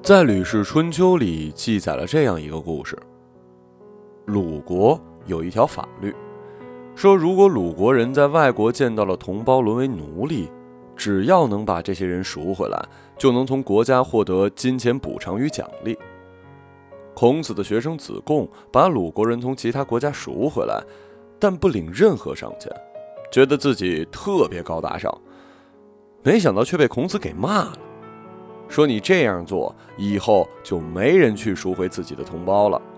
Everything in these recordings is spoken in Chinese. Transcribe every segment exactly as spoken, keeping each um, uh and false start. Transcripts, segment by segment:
在《吕氏春秋》里记载了这样一个故事：鲁国有一条法律，说如果鲁国人在外国见到了同胞沦为奴隶，只要能把这些人赎回来，就能从国家获得金钱补偿与奖励。孔子的学生子贡把鲁国人从其他国家赎回来，但不领任何赏钱，觉得自己特别高大上，没想到却被孔子给骂了，说你这样做，以后就没人去赎回自己的同胞了。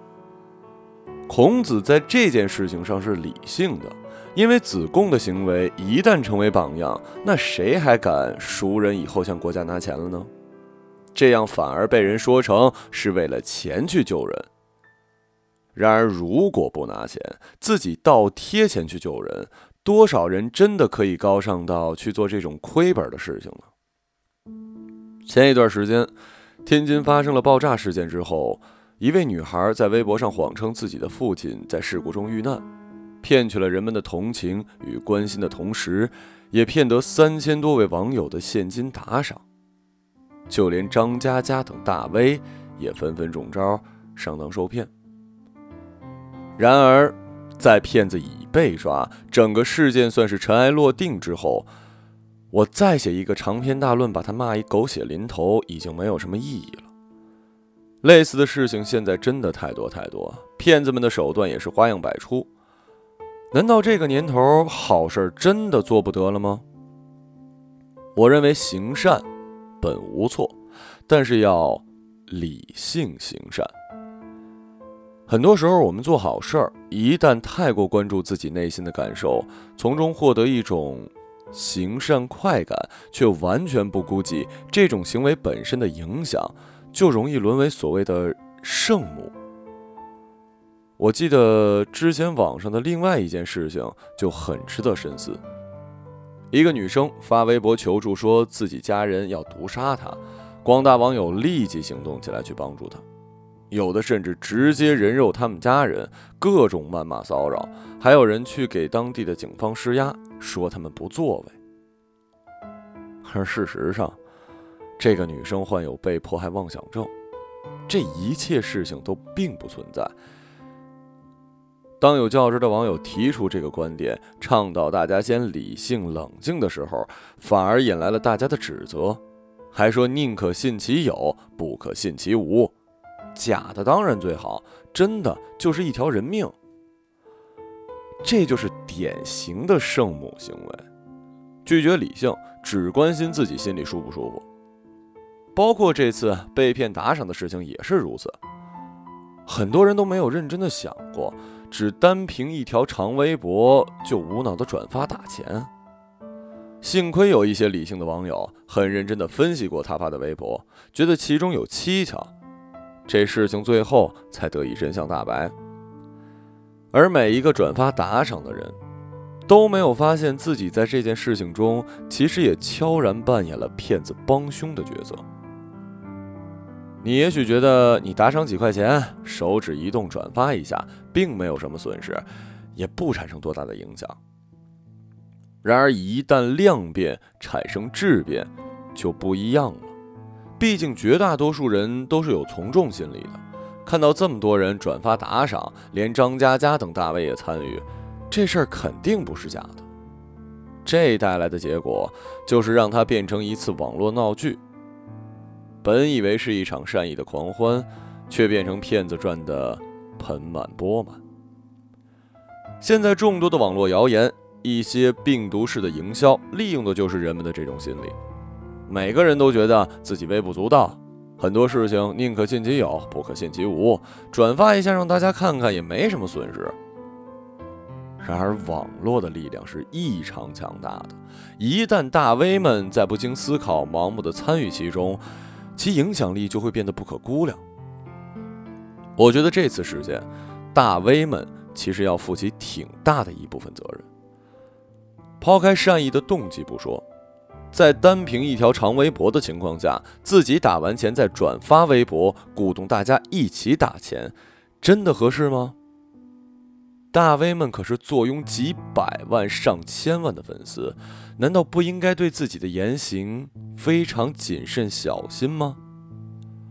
孔子在这件事情上是理性的，因为子贡的行为一旦成为榜样，那谁还敢赎人以后向国家拿钱了呢？这样反而被人说成是为了钱去救人。然而如果不拿钱，自己倒贴钱去救人，多少人真的可以高尚到去做这种亏本的事情呢？前一段时间，天津发生了爆炸事件之后，一位女孩在微博上谎称自己的父亲在事故中遇难，骗取了人们的同情与关心的同时，也骗得三千多位网友的现金打赏。就连张嘉佳等大 V 也纷纷中招，上当受骗。然而在骗子已被抓，整个事件算是尘埃落定之后，我再写一个长篇大论把他骂一狗血淋头，已经没有什么意义了。类似的事情现在真的太多太多，骗子们的手段也是花样百出。难道这个年头好事真的做不得了吗？我认为行善本无错，但是要理性行善。很多时候我们做好事儿，一旦太过关注自己内心的感受，从中获得一种行善快感，却完全不估计这种行为本身的影响，就容易沦为所谓的圣母。我记得之前网上的另外一件事情就很值得深思。一个女生发微博求助，说自己家人要毒杀她，广大网友立即行动起来去帮助她，有的甚至直接人肉他们家人，各种谩骂骚扰，还有人去给当地的警方施压，说他们不作为。而事实上，这个女生患有被迫害妄想症，这一切事情都并不存在。当有较真的网友提出这个观点，倡导大家先理性冷静的时候，反而引来了大家的指责，还说宁可信其有，不可信其无。假的当然最好，真的就是一条人命。这就是典型的圣母行为，拒绝理性，只关心自己心里舒不舒服。包括这次被骗打赏的事情也是如此，很多人都没有认真的想过，只单凭一条长微博就无脑的转发打钱。幸亏有一些理性的网友很认真的分析过他发的微博，觉得其中有蹊跷，这事情最后才得以真相大白。而每一个转发打赏的人都没有发现自己在这件事情中其实也悄然扮演了骗子帮凶的角色。你也许觉得你打赏几块钱，手指一动转发一下，并没有什么损失，也不产生多大的影响。然而一旦量变产生质变，就不一样了。毕竟绝大多数人都是有从众心理的，看到这么多人转发打赏，连张嘉佳等大 V 也参与，这事儿肯定不是假的。这带来的结果就是让它变成一次网络闹剧。本以为是一场善意的狂欢，却变成骗子赚得盆满钵满。现在众多的网络谣言，一些病毒式的营销，利用的就是人们的这种心理。每个人都觉得自己微不足道，很多事情宁可信其有，不可信其无，转发一下让大家看看也没什么损失。然而网络的力量是异常强大的，一旦大 V 们在不经思考盲目的参与其中，其影响力就会变得不可估量。我觉得这次事件，大 V 们其实要负起挺大的一部分责任。抛开善意的动机不说，在单凭一条长微博的情况下，自己打完钱再转发微博，鼓动大家一起打钱，真的合适吗？大 V 们可是坐拥几百万上千万的粉丝，难道不应该对自己的言行非常谨慎小心吗？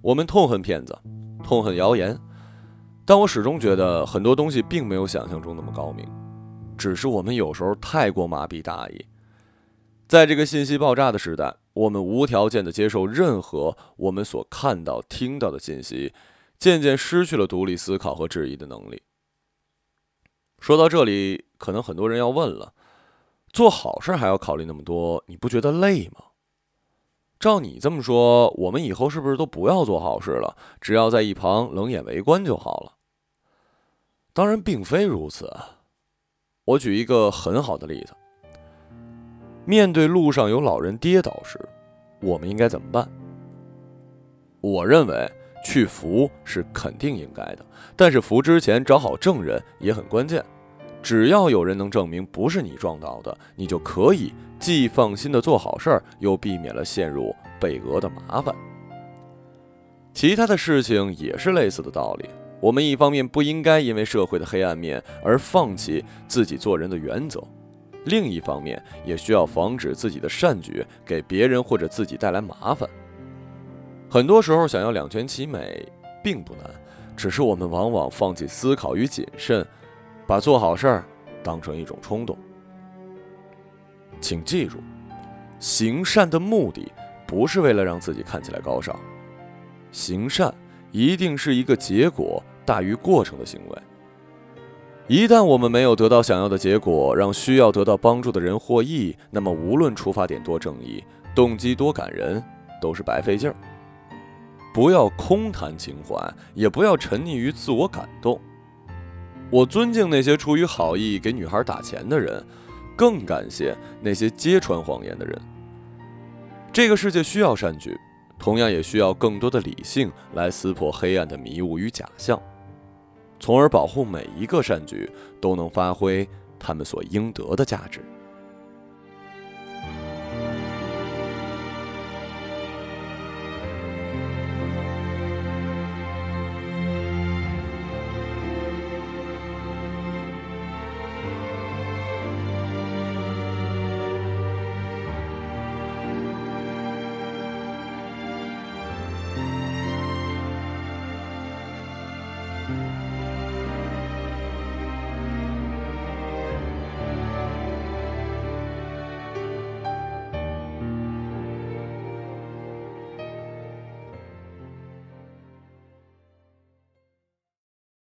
我们痛恨骗子，痛恨谣言，但我始终觉得很多东西并没有想象中那么高明，只是我们有时候太过麻痹大意。在这个信息爆炸的时代，我们无条件地接受任何我们所看到、听到的信息，渐渐失去了独立思考和质疑的能力。说到这里，可能很多人要问了，做好事还要考虑那么多，你不觉得累吗？照你这么说，我们以后是不是都不要做好事了，只要在一旁冷眼围观就好了？当然并非如此。我举一个很好的例子，面对路上有老人跌倒时，我们应该怎么办？我认为去扶是肯定应该的，但是扶之前找好证人也很关键。只要有人能证明不是你撞倒的，你就可以既放心的做好事儿，又避免了陷入被讹的麻烦。其他的事情也是类似的道理，我们一方面不应该因为社会的黑暗面而放弃自己做人的原则，另一方面也需要防止自己的善举给别人或者自己带来麻烦。很多时候想要两全其美并不难，只是我们往往放弃思考与谨慎，把做好事儿当成一种冲动。请记住，行善的目的不是为了让自己看起来高尚，行善一定是一个结果大于过程的行为。一旦我们没有得到想要的结果，让需要得到帮助的人获益，那么无论出发点多正义，动机多感人，都是白费劲儿。不要空谈情怀，也不要沉溺于自我感动。我尊敬那些出于好意给女孩打钱的人，更感谢那些揭穿谎言的人。这个世界需要善举，同样也需要更多的理性来撕破黑暗的迷雾与假象，从而保护每一个善举都能发挥他们所应得的价值。